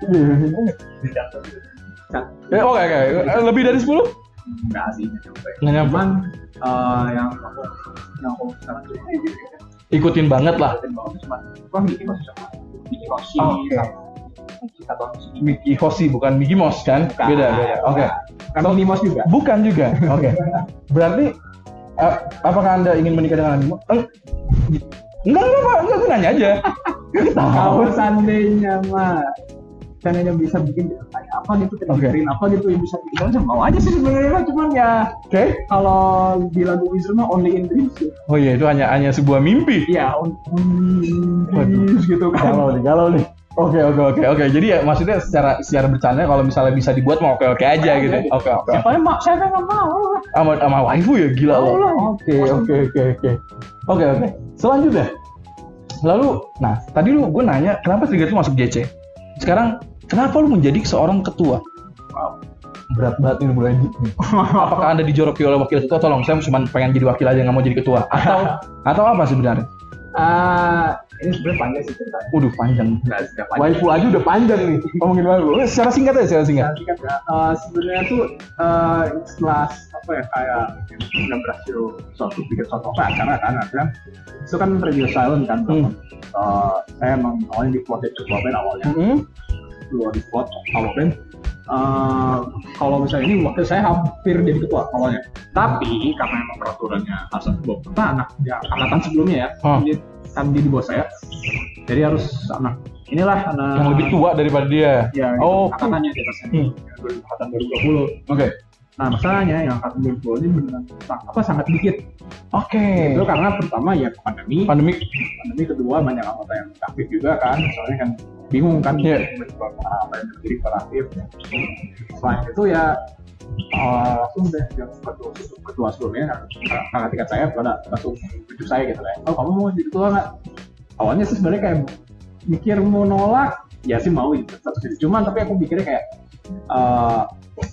Eh, oke oke. Eh, Lebih dari sepuluh? enggak sih nyampe. Nggak nyampe. Cuman eh, yang aku yang aku sekarang tuh Ikutin banget lah. cuma wah Mickey Mouse sama Mickey Mouse Oke. sama kita tahu Mickey Hoshi bukan Mickey Mouse kan? Beda beda. Oke. kan Minnie Mouse juga. Bukan juga. Oke. Berarti eh, apakah Anda ingin menikah dengan animo? Eh, enggak enggak Pak, enggak gue nanya aja. Kalau seandainya mah seandainya bisa bikin kayak apa gitu, Oke. bikin apa gitu yang bisa bikin aja mau aja sih sebenarnya mah, cuman ya Oke. kalau di lagu Wizard mah only in dreams gitu. Oh iya, itu hanya hanya sebuah mimpi. Iya, on- only in dreams gitu kan. Galau nih, galau nih. Oke oke oke oke. Jadi ya maksudnya secara secara bercanda kalau misalnya bisa dibuat mau oke oke aja gitu. Oke oke. Siapa yang mau? Saya nggak mau. Sama sama waifu ya gila Mau loh. lah. Oke oke oke oke. Oke oke. Selanjutnya. Lalu, nah tadi lu gue nanya kenapa trigger lu masuk J C. Sekarang kenapa lu menjadi seorang ketua? Wow. Berat banget nih mulai nih. Apakah Anda dijoroki oleh wakil ketua? Tolong, saya cuma pengen jadi wakil aja, nggak mau jadi ketua. Atau atau apa sebenarnya? Ah, ini sebenarnya panjang sih ceritanya. Udah panjang. Nggak setiap panjang. Waifu aja udah panjang nih. Ngomongin waifu. Eh, Secara singkat aja, secara singkat. Nanti kan eh, sebenarnya tuh eh, setelah apa ya kayak udah berhasil suatu bikin suatu acara kan kan itu kan radio silent kan. Hmm. Eh, saya emang awalnya di plot ketua band awalnya Mm-hmm. dua di plot awal band. Eh, kalau misalnya ini waktu saya hampir jadi ketua awalnya, tapi karena emang peraturannya harus belum pernah anak ya angkatan sebelumnya ya, Oh. dia kan dia di bawah saya, jadi harus anak inilah anak Yang lebih tua daripada dia. ya Oh. gitu, angkatannya di atasnya Hmm. yang angkatan dua ribu dua puluh. Oke. Nah masalahnya yang angkatan dua ribu dua puluh ini beneran apa sangat dikit. Oke. Itu karena pertama ya pandemi, Pandemik. pandemi kedua banyak anggota yang aktif juga kan, soalnya kan bingung kan Iya. mencoba apa yang terjadi kreatif. Selain itu ya uh, langsung deh yang ketua, ketua sebelumnya kakak tingkat saya pada langsung tunjuk saya gitu kayak, oh kamu mau jadi ketua nggak? Awalnya sih sebenarnya kayak mikir mau nolak, ya sih mau gitu, tetap jadi. Cuman tapi aku mikirnya kayak uh,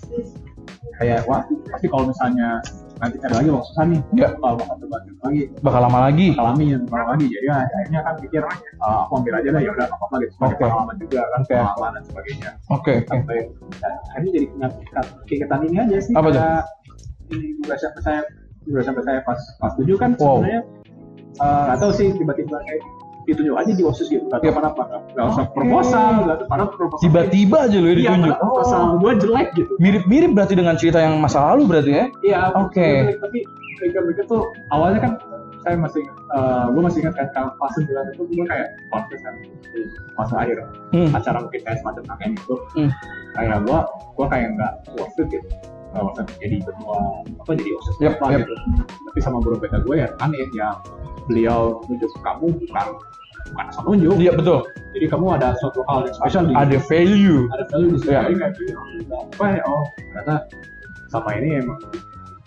kayak wah pasti kalau misalnya nanti cari lagi waktu susah nih, Ya. kalau bakal coba lagi Bakal lama lagi. alami yang kalau lagi jadi ya akhirnya kan pikir uh, aku ambil aja lah ya udah nggak apa-apa gitu sebagai Oke. pengalaman juga kan Oke. pengalaman dan sebagainya Oke. Oke. sampai dan akhirnya jadi keingetan ini aja sih Apa tuh? kayak ini juga sampai saya juga sampai saya pas pas tujuh kan Wow. sebenarnya uh, nggak tahu sih tiba-tiba kayak ditunjuk aja di OSIS gitu nggak tahu Yep. kenapa nggak usah Oke. proposal nggak tahu padahal proposal Tiba-tiba aja lo iya ditunjuk. padahal proposal gue jelek gitu Mirip-mirip berarti dengan cerita yang masa lalu berarti ya? iya Oke. jelek, tapi mikir-mikir tuh awalnya kan saya masih uh, gue masih ingat kan kalau fase sembilan itu gue kayak kontes kan di fase akhir Hmm. acara mungkin kayak semacam rangkaian itu Hmm. kayak gue gue kayak nggak worth it gitu nggak worth it jadi ketua apa jadi osis Yep, apa yep. gitu tapi sama guru beta gue ya aneh ya beliau nunjuk kamu bukan bukan asal nunjuk Iya betul. jadi kamu ada suatu hal yang spesial di Ada value. ada value di situ Iya. kayak gitu apa ya oh ternyata sama ini emang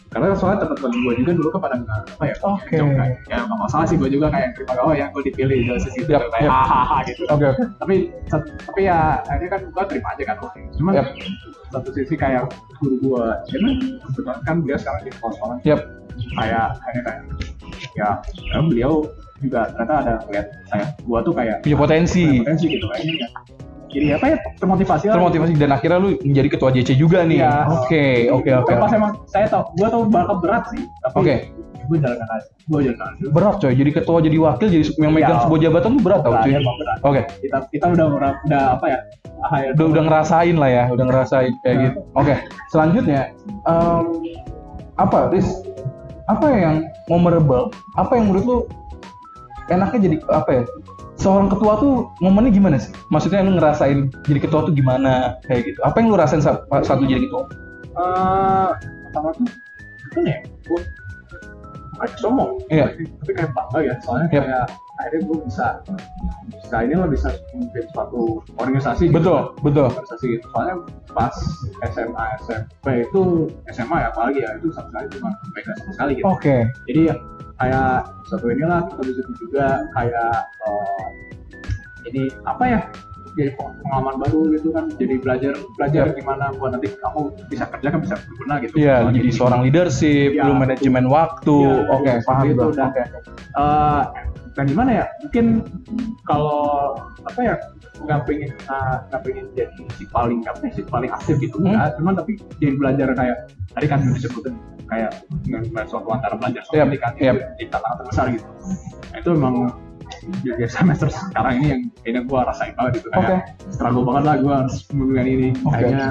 karena soalnya teman-teman gue juga dulu kan pada nggak apa ya, Oke. jauh kayak ya nggak masalah sih, gue juga kayak terima oh ya gue dipilih dari sisi itu Yap, kayak yap. hahaha gitu. Oke oke. Tapi tapi ya akhirnya kan gue terima aja kan, oke. Cuman Yap. satu sisi kayak guru gue, karena kebetulan kan dia sekarang di sekolah Yap. kayak akhirnya kayak ya, ya beliau juga ternyata ada ngeliat saya gua tuh kayak Punya potensi. punya potensi gitu kayaknya ya. Jadi apa ya, termotivasi lah. Termotivasi dan akhirnya lu menjadi ketua J C juga nih. Iya. Oke oke oke. Pas emang saya tau, gua tau bakal berat sih, tapi Oke. gua jalan aja, gua jalan aja. Berat coy, jadi ketua, jadi wakil, jadi yang megang Ya. sebuah jabatan tuh berat tau Berat, cuy. emang berat. Oke. Kita kita udah udah, udah apa ya? Ah, ya, Udah udah ngerasain lah ya, udah ngerasain kayak Nah. gitu. Oke. Selanjutnya em, apa, Riz? Apa yang memorable? Apa yang menurut lu enaknya jadi apa ya? Seorang ketua tuh momennya gimana sih? Maksudnya lu ngerasain jadi ketua tuh gimana kayak gitu? Apa yang lu rasain saat, saat lu jadi ketua? Eh, pertama tuh itu nih, gua kayak sombong, Iya. tapi, tapi kayak bangga ya, soalnya Yap. kayak akhirnya gue bisa bisa ini lah, bisa memimpin suatu organisasi gitu. Betul, betul. Organisasi gitu. Soalnya pas S M A S M P itu, S M A ya apalagi ya, itu sama sekali cuma pegang sama sekali gitu. Oke. Jadi ya, kayak satu inilah kita di situ juga kayak eh, jadi apa ya, jadi pengalaman baru gitu kan, jadi belajar belajar Yap. gimana buat nanti kamu bisa kerja kan, bisa berguna gitu. Iya, Soalnya jadi gini. seorang leadership, Ya, lu manajemen waktu. Iya, Oke, iya, paham seperti itu. gua. Dan, Oke. eh, dan gimana ya, mungkin kalau apa ya, nggak pengen uh, nggak pengen jadi si paling apa ya, si paling aktif gitu, Hmm. enggak. Cuman tapi jadi belajar kayak tadi kan disebutin kayak dengan suatu antara belajar sama Yap, pendidikan yap. itu jadi tantangan terbesar gitu. Nah, itu memang di semester sekarang ini yang kayaknya gue rasain banget gitu, kayak Oke. struggle banget lah gue harus memulai ini. Oke. Kayaknya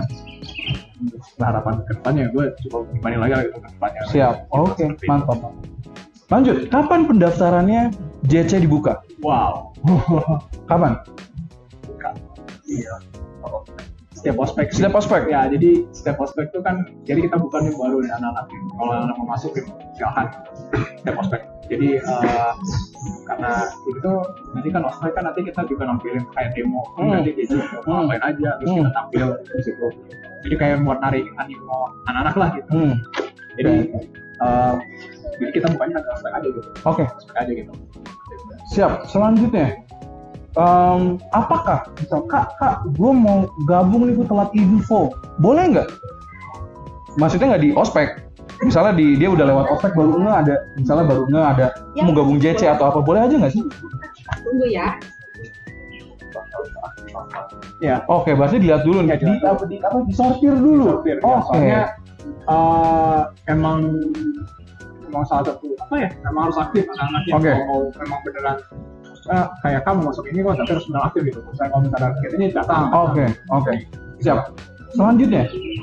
harapan kedepannya gue coba gimana lagi lah gitu kedepannya. Siap. Oke, mantap. Lanjut, kapan pendaftarannya J C dibuka? Wow. Kapan? Iya. Setiap ospek. Setiap ospek? Ya, jadi setiap ospek itu kan, jadi kita bukan yang baru nih anak-anak. Kalau anak mau masuk, ya, silahkan setiap ospek. Jadi uh, karena itu nanti kan ospek kan nanti kita juga nampilin kayak demo, Hmm. nanti kita mau ngapain aja, terus Hmm. kita tampil di situ. Jadi kayak buat narik animo anak-anak lah gitu. Hmm. Jadi uh, jadi kita bukannya agak ospek aja gitu, Oke, ospek aja gitu. siap. Selanjutnya, em, apakah misal kak, kak, gue mau gabung nih, gue telat info, boleh nggak? Maksudnya nggak di ospek? Misalnya di dia udah lewat ospek baru nggak ada, misalnya baru nggak ada, mau gabung J C atau apa, boleh aja nggak sih? Tunggu ya. Ya. Oke, berarti dilihat dulu nih, Ya, di dilihat apa di apa disortir dulu. Sortir, ya. Oke. Soalnya uh, emang emang salah satu apa ya, emang harus aktif anak-anak yang Oke. mau memang beneran eh, kayak kamu masuk ini kok, tapi harus benar aktif gitu. Saya kalau misalnya kita ini datang. Oke, oke, siap. Selanjutnya,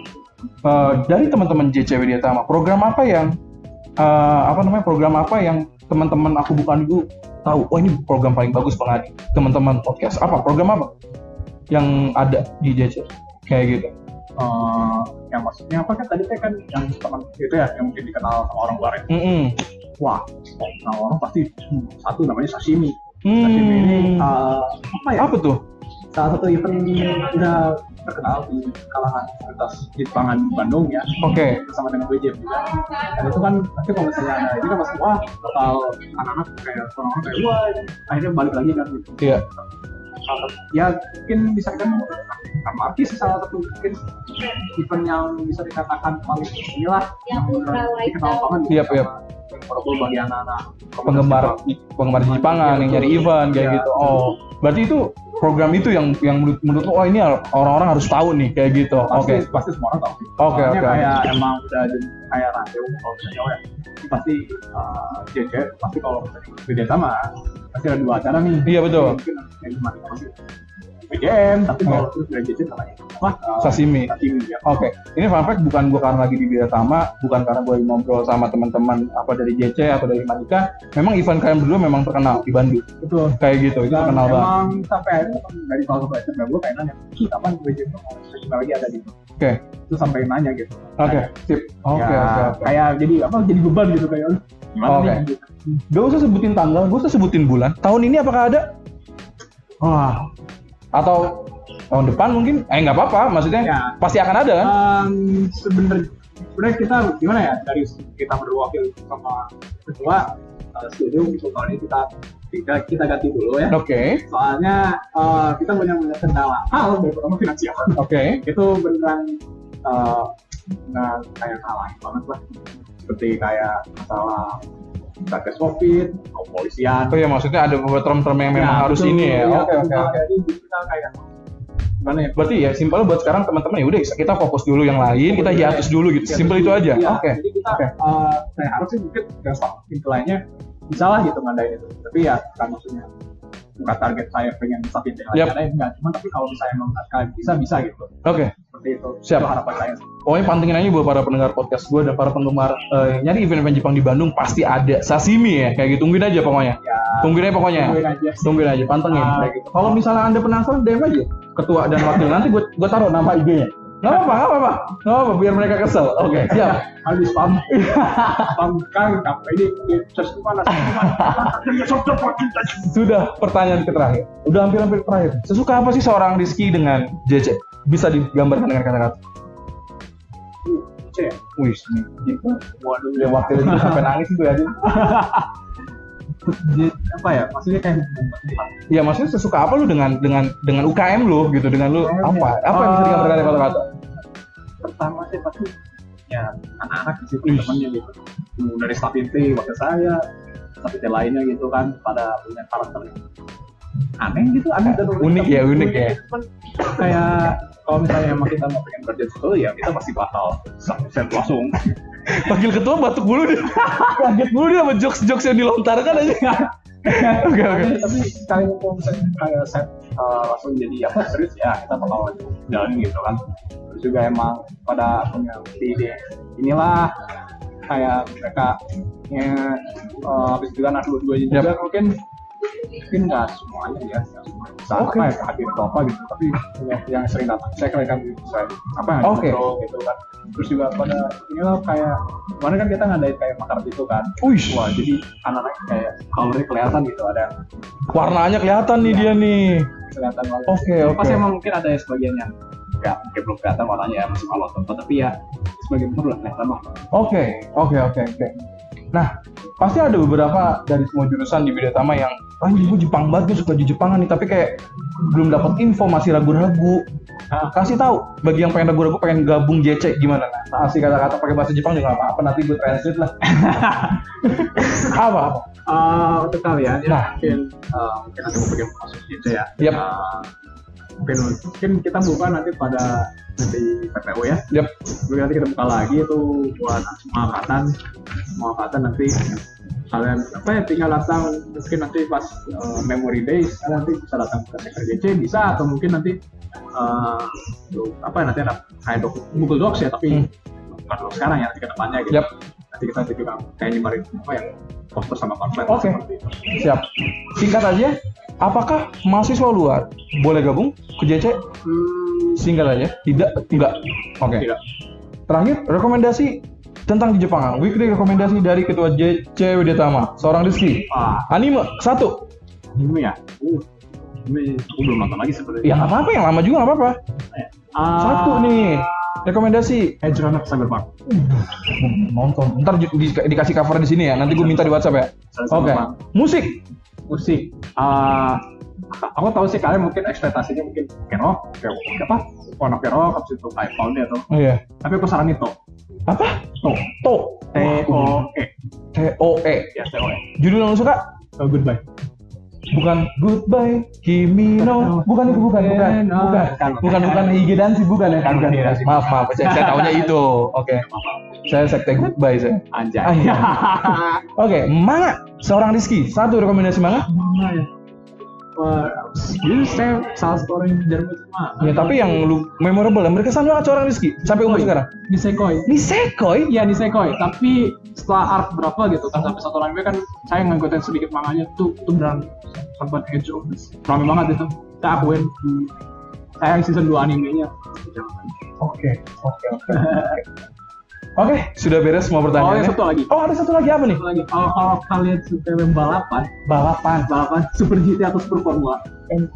eh, dari teman-teman J C Widya Tama, program apa yang eh, apa namanya program apa yang teman-teman aku bukan dulu tahu? Oh, ini program paling bagus Bang Adi. Teman-teman podcast apa? Program apa yang ada di J C kayak gitu? Uh, yang maksudnya apa kan tadi saya kan yang teman itu ya, yang mungkin dikenal sama orang luar ya. Mm-mm. Wah, kalau kenal orang pasti hmm, satu namanya sashimi. Hmm. Sashimi ini uh, apa ya? Apa tuh? Salah satu event udah terkenal di kalangan komunitas Jepangan Bandung ya. Oke. Bersama dengan W J juga. Dan itu kan nanti kalau misalnya ada ini kan pasti wah bakal anak-anak kayak orang-orang kayak wah akhirnya balik lagi kan gitu. Iya. Uh, ya mungkin bisa kan Markis salah satu mungkin event yang bisa dikatakan paling inilah Yang ultra light dikenal banget gitu. Yap, yap. Walaupun bagi anak-anak Penggemar penggemar Jepangan yang nyari event kayak Iya. gitu. Oh, berarti itu program itu yang yang menurut menurut lo, oh ini orang-orang harus tahu nih kayak gitu. pasti Oke. pasti semua orang tahu sih. Oke, Soalnya oke. kayak emang udah jadi kayak radio kalau misalnya oh ya pasti uh, J C pasti kalau misalnya beda sama pasti ada dua acara nih. Iya, betul. Mungkin yang gimana pasti B D M tapi kalau terus dari J C namanya apa? Uh, Sashimi. Sashimi ya. Oke, ini fun fact bukan gue karena lagi di Widya Tama, bukan karena gue lagi ngobrol sama teman-teman apa dari J C atau dari Manika. Memang event kalian berdua memang terkenal di Bandung. Betul. Kayak gitu, itu Dan terkenal banget. emang sampai akhirnya dari salah satu S M P gue kayak nanya, "Ki, kapan B J M Sashimi lagi ada gitu?" Oke, Itu sampai nanya gitu. oke, sip. Oke, Ya, oke, oke. Kayak jadi apa? Jadi beban gitu kayak gimana Oke. nih? Gitu. Gak usah sebutin tanggal, gak usah sebutin bulan. Tahun ini apakah ada? Wah, atau tahun depan mungkin? Eh nggak apa-apa, maksudnya Ya. pasti akan ada kan? Um, sebenarnya sebenarnya kita gimana ya dari kita berdua wakil sama kedua uh, setuju untuk tahun ini kita kita, kita ganti dulu ya. Oke. Okay. Soalnya uh, kita banyak banyak kendala hal dari pertama finansial. Oke. Okay. Itu beneran uh, nah kayak salah banget lah. Seperti kayak masalah satgas covid, kepolisian. Oh ya maksudnya ada beberapa term-term yang memang ya, harus betul, ini ya. Oke Oke oke oke. Jadi kita kayak gimana ya? Berarti ya simpelnya buat sekarang teman-teman ya udah kita fokus dulu yang lain, kita hiatus dulu gitu. Simpel itu aja. Iya, Oke. Jadi kita Oke. uh, saya harap sih mungkin dari tim lainnya bisa lah gitu ngadain itu. Tapi ya kan maksudnya bukan target saya pengen sakin yang lain Yep. ngadain enggak. Cuma tapi kalau misalnya memang kalian bisa bisa gitu. Oke. Seperti itu. Siap. Itu harapan saya. Pokoknya pantengin aja buat para pendengar podcast gue dan para penggemar eh, nyari event-event Jepang di Bandung pasti ada sashimi ya kayak gitu. Tungguin aja pokoknya. Ya. Tungguin aja pokoknya. Tungguin aja. Tungguin aja, pantengin Ah. kayak gitu. Kalau misalnya Anda penasaran D M aja ketua dan wakil nanti gue gue taruh nama I G-nya. Nggak apa-apa, nggak apa-apa, nggak apa-apa, biar mereka kesel. Oke, siap. Habis spam. Spam kan apa ini ini search mana? Sudah pertanyaan ke terakhir. Udah hampir-hampir terakhir. Sesuka apa sih seorang Rizky dengan J C? Bisa digambarkan dengan kata-kata? C. Wih, ini Waduh, dia wakil juga sampai nangis itu ya. apa ya? Maksudnya kayak Iya, maksudnya sesuka apa lu dengan dengan dengan U K M lu gitu, dengan lu U K M, apa? ya. Apa yang bisa digambarkan dengan kata-kata? Pertama sih pasti ya anak-anak di situ temannya gitu. Dari staff inti wakil saya, staff inti lainnya gitu kan pada punya karakter aneh gitu, aneh dan Unik ya, unik ya. Cuman kayak kalau misalnya emang kita mau pengen kerja situ ya kita pasti bakal set langsung. Wakil ketua batuk mulu dia. Kaget mulu dia sama jokes-jokes yang dilontarkan aja. Oke, oke. Tapi kalau kalau misalnya kayak set uh, langsung jadi apa serius ya kita bakal jalanin gitu kan. Terus juga emang pada punya ide inilah kayak mereka ya uh, habis juga anak dua-duanya juga Yep. mungkin mungkin nggak semuanya ya nggak semuanya bisa Oke. apa ya hadir atau apa gitu tapi yang, yang sering datang saya kira kan bisa apa yang Oke. ngobrol gitu kan terus juga pada inilah kayak kemarin kan kita ngadain kayak makar gitu kan Wih, wah jadi anak-anak kayak colornya kelihatan gitu ada yang warnanya kelihatan nih Iya. dia nih. kelihatan banget. Oke, oke. Pasti emang mungkin ada sebagian yang ya mungkin belum kelihatan warnanya ya masih kalau tonton tapi ya sebagian besar udah kelihatan lah. Oke, oke, oke, oke. Nah, pasti ada beberapa dari semua jurusan di Bidetama yang anjing gue Jepang banget, gue suka di Jepangan nih, tapi kayak belum dapat info, masih ragu-ragu. Nah, kasih tahu bagi yang pengen ragu-ragu pengen gabung J C gimana? Nah, kasih kata-kata pakai bahasa Jepang juga nggak apa-apa, nanti gue translate lah. apa apa? Uh, untuk kalian ya Nah. mungkin uh, mungkin nanti mau pengen masuk gitu ya. Yap. Uh, mungkin mungkin kita buka nanti pada nanti P P U ya. Yap. Mungkin nanti kita buka lagi itu buat semua angkatan, semua angkatan nanti kalian apa ya tinggal datang mungkin nanti pas uh, memory days kalian nanti bisa datang ke Sekre J C bisa atau mungkin nanti uh, tuh, apa ya nanti ada kayak dok, Google Docs ya tapi Hmm. bukan untuk sekarang ya nanti ke depannya gitu. Yap. Nanti kita juga kayak nyebarin apa yang poster sama pamflet Oke. seperti itu. Siap. Singkat aja, apakah mahasiswa luar boleh gabung ke J C? Hmm, Singkat aja. Tidak, tidak. Oke. tidak. Terakhir, rekomendasi tentang di Jepangan. Weekly rekomendasi dari Ketua J C Widetama, seorang Rizky. Ah, Anime satu. ini ya. Uh, ini aku belum nonton lagi sebenarnya. Ya nggak apa-apa, yang lama juga nggak apa-apa. Ah, Satu nih. Rekomendasi. Edge Runner Cyberpunk. Nonton. Ntar di- di- dikasih cover di sini ya. Nanti gue minta di WhatsApp ya. Oke. Cyberpunk. Musik. Musik. Ah, aku tahu sih kalian mungkin ekspektasinya mungkin kayak rock, kayak apa? Warna kayak rock, habis itu kayak pound atau. Oh iya. Tapi aku saranin to. Apa? To. To. T O E. T O E. Ya T O E. Judul yang lu suka? Oh, goodbye. Bukan Goodbye Kimi no. Bukan itu, bukan, bukan. No. Bukan. Bukan, bukan Hige Danshi, bukan ya? Bukan, Bukan. Hige Danshi. Maaf, maaf. Saya, saya taunya itu. Oke. Saya sekte Goodbye saya. Anjay. Ah, iya. Oke, manga. Seorang Rizky. Satu rekomendasi manga. Mana ya? Wah, jadi saya salah satu orang yang Jerman mah. Ya, tapi yang lu memorable, yang berkesan banget seorang Rizky sampai umur sekarang. Nisekoi. Nisekoi? Iya Nisekoi, tapi setelah arc berapa gitu kan sampai satu anime kan saya ngikutin sedikit manganya tuh tuh beneran sempat edge of this. Rame banget itu. Saya akuin. Saya yang season dua animenya. Oke, oke, oke. Oke, sudah beres semua Oh, pertanyaannya. yang satu lagi. Oh, ada satu lagi apa nih? Satu lagi. Kalau kalau kalian suka main balapan, Balapan. balapan Super G T atau Super Formula.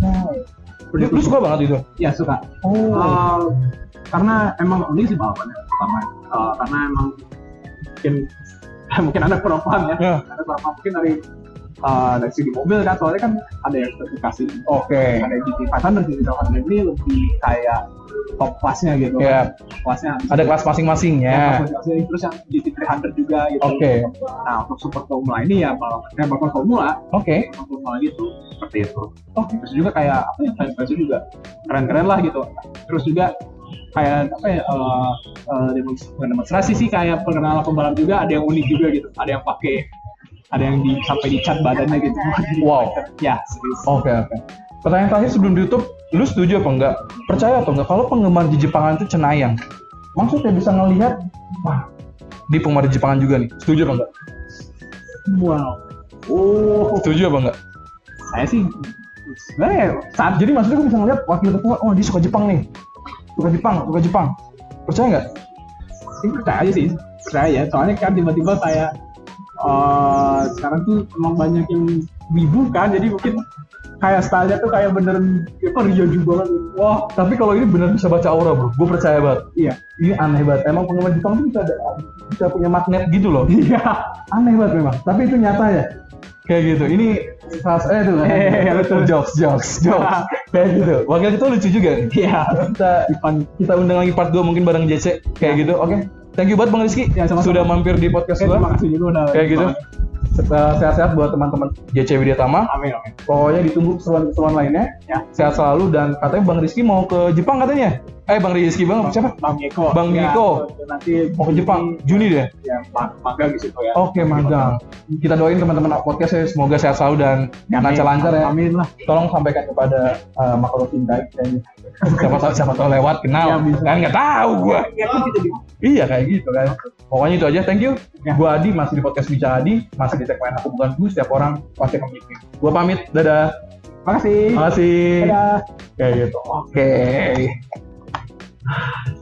Lu, lu suka banget itu? Ya suka. Oh. Uh, karena emang unik sih balapannya. pertama uh, karena emang mungkin mungkin ada kurang paham ya, Ya. ada kurang paham mungkin dari uh, dari segi mobil kan, soalnya kan ada yang sertifikasi, Oke. ada G T lima ratus, G T lima ratus ini lebih kayak top kelasnya gitu. Ya. Kelasnya Ada kelas masing-masingnya. Ya, terus yang G T tiga ratus juga gitu. Oke. Nah untuk super formula ini ya kalau ya bakal formula, Oke. bakal formula gitu seperti itu. Oke. Terus juga kayak apa ya, fans juga keren-keren lah gitu. Terus juga kayak apa ya, uh, uh, demonstrasi, bukan demonstrasi sih, kayak perkenalan pembalap juga ada yang unik juga gitu. Ada yang pakai, ada yang di, sampai dicat badannya gitu. Wow. Ya, serius. Oke oke. Pertanyaan terakhir sebelum ditutup, lu setuju apa enggak? Percaya atau enggak kalau penggemar di Jepangan itu cenayang? Maksudnya bisa ngelihat, wah, di penggemar di Jepangan juga nih. Setuju apa enggak? Wow. Oh, Setuju apa enggak? saya sih sebenarnya saat Jadi maksudnya gue bisa ngelihat wakil ketua, oh dia suka Jepang nih, suka Jepang, suka Jepang. Percaya nggak? sih percaya aja sih, percaya ya. Soalnya kan tiba-tiba kayak uh, sekarang tuh emang banyak yang wibu kan, jadi mungkin kayak stylenya tuh kayak bener apa Ryoju banget. Wah, tapi kalau ini benar bisa baca aura bro, gue percaya banget. Iya. Ini aneh banget. Emang penggemar Jepang tuh bisa ada, bisa punya magnet gitu loh. Iya. Aneh banget memang. Tapi itu nyata ya. Kayak gitu. Ini salah eh itu. Eh, betul. Jokes, jokes, jokes. Kayak gitu. Wakil ketua lucu juga. Iya. Kita kita undang lagi part dua mungkin bareng J C kayak gitu. Oke. Thank you banget Bang Rizky Ya, sama-sama. sudah mampir di podcast Eh, gua. terima kasih juga udah Kayak gitu. Sehat-sehat buat teman-teman J C Widyatama. Amin amin. Pokoknya ditunggu keseruan-keseruan lainnya. Ya. Sehat selalu dan katanya Bang Rizky mau ke Jepang katanya. Eh Bang Rizky Bang siapa? Bang Miko. Bang Ya, Miko. nanti Mau ke Jepang Juni deh. Ya, mag- magang di situ ya. Oke magang. Kita doain teman-teman podcast ya semoga sehat selalu dan lancar-lancar ya. Amin lah. Tolong sampaikan kepada uh, Makhluk Cinta kayaknya. Siapa tahu siapa tahu lewat kenal. Ya, bisa. Kan nggak tahu gua. Ya, kan kita di Iya kayak gitu kan. Pokoknya itu aja. Thank you. Ya. Gua Adi masih di podcast Bicara Adi, masih di segmen Aku Bukan Gue. Setiap orang pasti memiliki. Gua pamit. Dadah. Makasih. Makasih. Dadah. Kayak gitu. Oke.